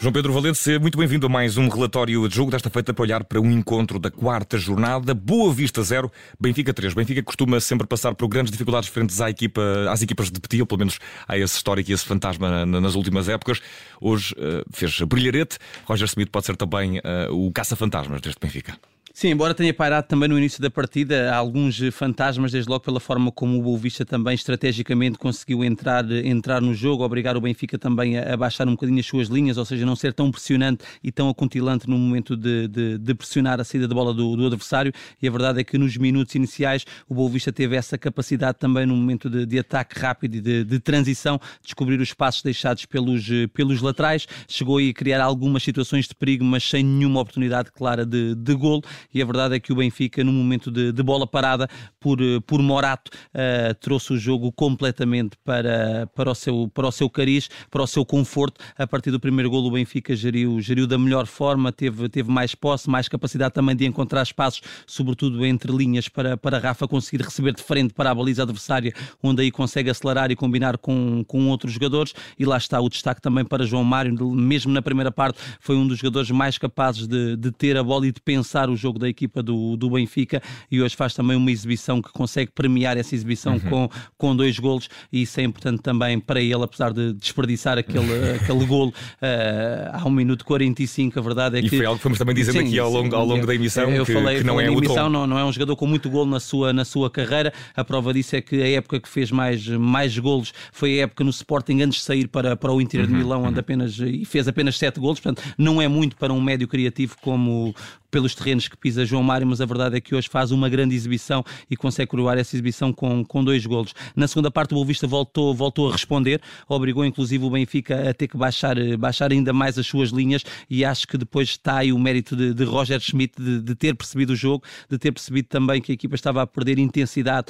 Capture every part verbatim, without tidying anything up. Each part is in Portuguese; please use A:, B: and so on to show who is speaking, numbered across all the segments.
A: João Pedro Valente, muito bem-vindo a mais um relatório de jogo, desta feita para olhar para um encontro da quarta jornada. Boa Vista zero, Benfica três. Benfica costuma sempre passar por grandes dificuldades frente à equipa, às equipas de Petit, ou pelo menos há esse histórico e esse fantasma nas últimas épocas. Hoje uh, fez brilharete. Roger Schmidt pode ser também uh, o caça-fantasmas deste Benfica.
B: Sim, embora tenha pairado também no início da partida, há alguns fantasmas, desde logo pela forma como o Boa Vista também estrategicamente conseguiu entrar, entrar no jogo, obrigar o Benfica também a, a baixar um bocadinho as suas linhas, ou seja, não ser tão pressionante e tão acutilante no momento de, de, de pressionar a saída de bola do, do adversário. E a verdade é que nos minutos iniciais o Boa Vista teve essa capacidade também no momento de, de ataque rápido e de, de transição, descobrir os espaços deixados pelos, pelos laterais, chegou a criar algumas situações de perigo, mas sem nenhuma oportunidade clara de, de golo. E a verdade é que o Benfica, no momento de, de bola parada por, por Morato, uh, trouxe o jogo completamente para, para, o seu, para o seu cariz, para o seu conforto. A partir do primeiro golo o Benfica geriu, geriu da melhor forma, teve, teve mais posse, mais capacidade também de encontrar espaços, sobretudo entre linhas, para, para Rafa conseguir receber de frente para a baliza adversária, onde aí consegue acelerar e combinar com, com outros jogadores. E lá está o destaque também para João Mário, mesmo na primeira parte foi um dos jogadores mais capazes de, de ter a bola e de pensar o jogo da equipa do, do Benfica, e hoje faz também uma exibição que consegue premiar essa exibição uhum. com, com dois golos, e isso é importante também para ele, apesar de desperdiçar aquele, aquele golo uh, há um minuto quarenta e cinco. A verdade é que...
A: E foi algo que fomos também dizendo sim, aqui ao longo, ao longo da emissão,
B: eu
A: que,
B: falei,
A: que não é o
B: emissão,
A: tom.
B: Não, não é um jogador com muito golo na sua, na sua carreira. A prova disso é que a época que fez mais, mais golos foi a época no Sporting antes de sair para, para o Inter de Milão, uhum. onde apenas, e fez apenas sete golos, portanto não é muito para um médio criativo como pelos terrenos que pisa João Mário, mas a verdade é que hoje faz uma grande exibição e consegue coroar essa exibição com, com dois golos. Na segunda parte o Boa Vista voltou, voltou a responder, obrigou inclusive o Benfica a ter que baixar, baixar ainda mais as suas linhas, e acho que depois está aí o mérito de, de Roger Schmidt de, de ter percebido o jogo, de ter percebido também que a equipa estava a perder intensidade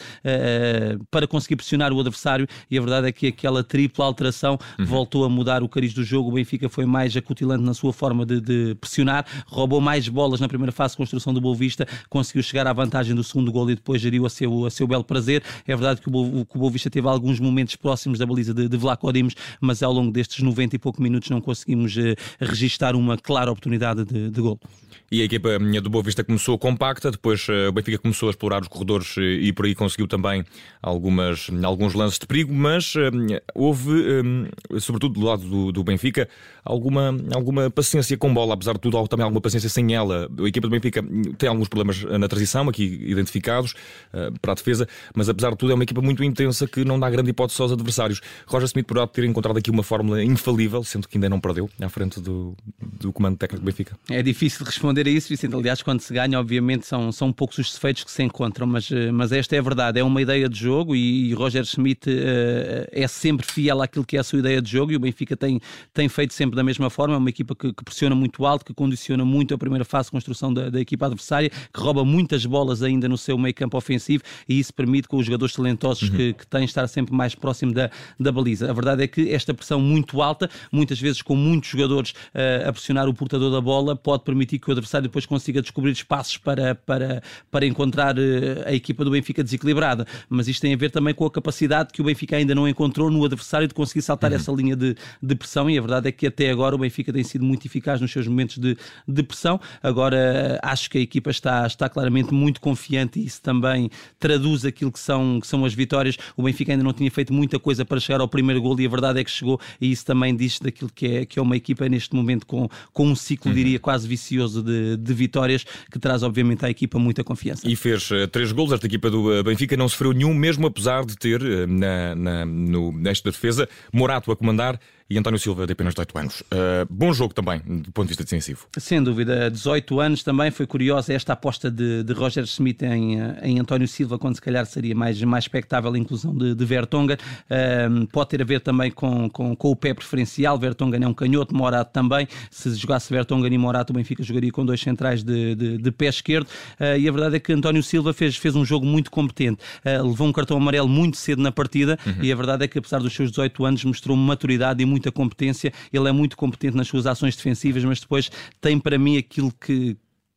B: uh, para conseguir pressionar o adversário, e a verdade é que aquela tripla alteração uhum. voltou a mudar o cariz do jogo. O Benfica foi mais acutilante na sua forma de, de pressionar, roubou mais bolas na primeira fase de construção do Boa Vista, conseguiu chegar à vantagem do segundo golo e depois geriu a seu, a seu belo prazer. É verdade que o Boa, que o Boa Vista teve alguns momentos próximos da baliza de, de Vlaco Dimos, mas ao longo destes noventa e poucos minutos não conseguimos uh, registar uma clara oportunidade de, de golo.
A: E a equipa do Boa Vista começou compacta, depois o Benfica começou a explorar os corredores e por aí conseguiu também algumas, alguns lances de perigo, mas houve, sobretudo do lado do, do Benfica, alguma, alguma paciência com bola, apesar de tudo, também alguma paciência sem ela. A equipa do Benfica tem alguns problemas na transição, aqui identificados, para a defesa, mas apesar de tudo é uma equipa muito intensa que não dá grande hipótese aos adversários. Roger Schmidt poderá ter encontrado aqui uma fórmula infalível, sendo que ainda não perdeu à frente do, do comando técnico do Benfica.
B: É difícil responder a isso, Vicente. Aliás, quando se ganha, obviamente, são, são poucos os defeitos que se encontram, mas, mas esta é a verdade. É uma ideia de jogo e, e Roger Schmidt uh, é sempre fiel àquilo que é a sua ideia de jogo, e o Benfica tem, tem feito sempre da mesma forma. É uma equipa que, que pressiona muito alto, que condiciona muito a primeira fase de construção da, da equipa adversária, que rouba muitas bolas ainda no seu meio campo ofensivo, e isso permite com os jogadores talentosos uhum. que, que têm estar sempre mais próximo da, da baliza. A verdade é que esta pressão muito alta, muitas vezes com muitos jogadores uh, a pressionar o portador da bola, pode permitir que o adversário depois consiga descobrir espaços para, para, para encontrar uh, a equipa do Benfica desequilibrada. Mas isto tem a ver também com a capacidade que o Benfica ainda não encontrou no adversário de conseguir saltar uhum. essa linha de, de pressão, e a verdade é que até agora o Benfica tem sido muito eficaz nos seus momentos de, de pressão. Agora acho que a equipa está, está claramente muito confiante, e isso também traduz aquilo que são, que são as vitórias. O Benfica ainda não tinha feito muita coisa para chegar ao primeiro golo, e a verdade é que chegou, e isso também diz daquilo que é, que é uma equipa neste momento com, com um ciclo, uhum. diria, quase vicioso de, de vitórias, que traz obviamente à equipa muita confiança.
A: E fez uh, três golos. Esta equipa do Benfica não sofreu nenhum, mesmo apesar de ter uh, na, na, no, nesta defesa Morato a comandar e António Silva de apenas dezoito anos. Uh, bom jogo também, do ponto de vista defensivo.
B: Sem dúvida, dezoito anos também. Foi curiosa esta aposta de, de Roger Schmidt em, em António Silva, quando se calhar seria mais, mais expectável a inclusão de, de Vertonghen. Uh, pode ter a ver também com, com, com o pé preferencial. Vertonghen é um canhoto, Morato também. Se jogasse Vertonghen e Morato, o Benfica jogaria com dois centrais de, de, de pé esquerdo. Uh, e a verdade é que António Silva fez, fez um jogo muito competente. Uh, levou um cartão amarelo muito cedo na partida, uhum. e a verdade é que, apesar dos seus dezoito anos, mostrou maturidade e muito muita competência. Ele é muito competente nas suas ações defensivas, mas depois tem para mim aquilo que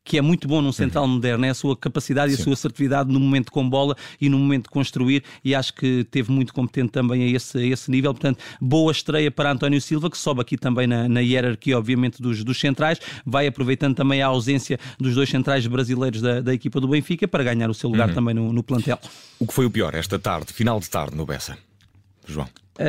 B: que é muito bom num central uhum. moderno, é a sua capacidade Sim. e a sua assertividade no momento com bola e no momento de construir, e acho que teve muito competente também a esse, a esse nível. Portanto, boa estreia para António Silva, que sobe aqui também na, na hierarquia, obviamente, dos, dos centrais, vai aproveitando também a ausência dos dois centrais brasileiros da, da equipa do Benfica para ganhar o seu lugar uhum. também no, no plantel.
A: O que foi o pior esta tarde, final de tarde no Bessa, João?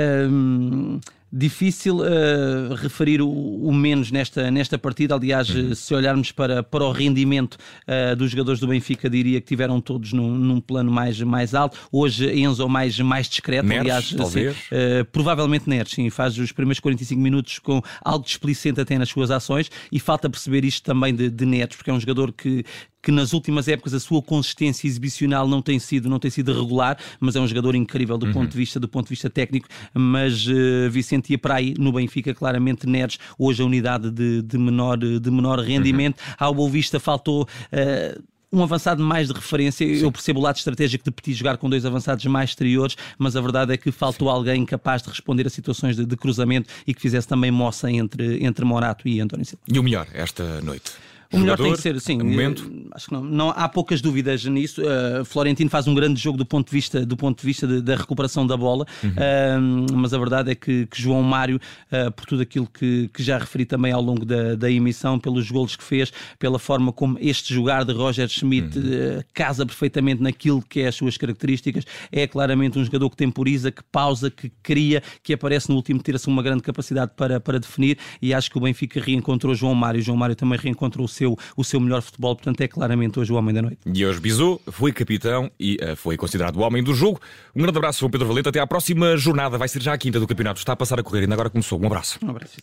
B: Um... Difícil uh, referir o, o menos nesta, nesta partida. Aliás, uhum. se olharmos para, para o rendimento uh, dos jogadores do Benfica, diria que tiveram todos num, num plano mais, mais alto. Hoje Enzo mais, mais discreto.
A: Neres,
B: aliás,
A: talvez.
B: Assim, uh, provavelmente Neres, sim, faz os primeiros quarenta e cinco minutos com algo displicente até nas suas ações, e falta perceber isto também de, de Neres, porque é um jogador que que nas últimas épocas a sua consistência exibicional não tem sido, não tem sido regular, mas é um jogador incrível do, uhum. ponto, de vista, do ponto de vista técnico. Mas uh, Vicente ia para aí no Benfica, claramente Neres, hoje a unidade de, de, menor, de menor rendimento. Uhum. Ao Boa Vista faltou... Uh, um avançado mais de referência. Sim. Eu percebo o lado estratégico de Petit jogar com dois avançados mais exteriores, mas a verdade é que faltou alguém capaz de responder a situações de, de cruzamento e que fizesse também moça entre, entre Morato e António Silva.
A: E o melhor esta noite?
B: O melhor tem que ser, sim, momento. Acho que não, não há poucas dúvidas nisso. Uh, Florentino faz um grande jogo do ponto de vista, do ponto de vista de, da recuperação da bola, uhum. uh, mas a verdade é que, que João Mário, uh, por tudo aquilo que, que já referi também ao longo da, da emissão, pelos golos que fez, pela forma como este jogar de Roger Schmidt uhum. uh, casa perfeitamente naquilo que é as suas características, é claramente um jogador que temporiza, que pausa, que cria, que aparece no último ter-se uma grande capacidade para, para definir, e acho que o Benfica reencontrou João Mário. João Mário também reencontrou o seu o seu melhor futebol, portanto é claramente hoje o homem da noite.
A: E hoje Bizot foi capitão e uh, foi considerado o homem do jogo. Um grande abraço, João Pedro Valente, até à próxima jornada, vai ser já a quinta do campeonato, está a passar a correr, ainda agora começou. Um abraço.
B: Um abraço.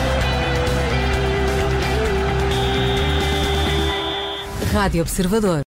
C: Rádio Observador.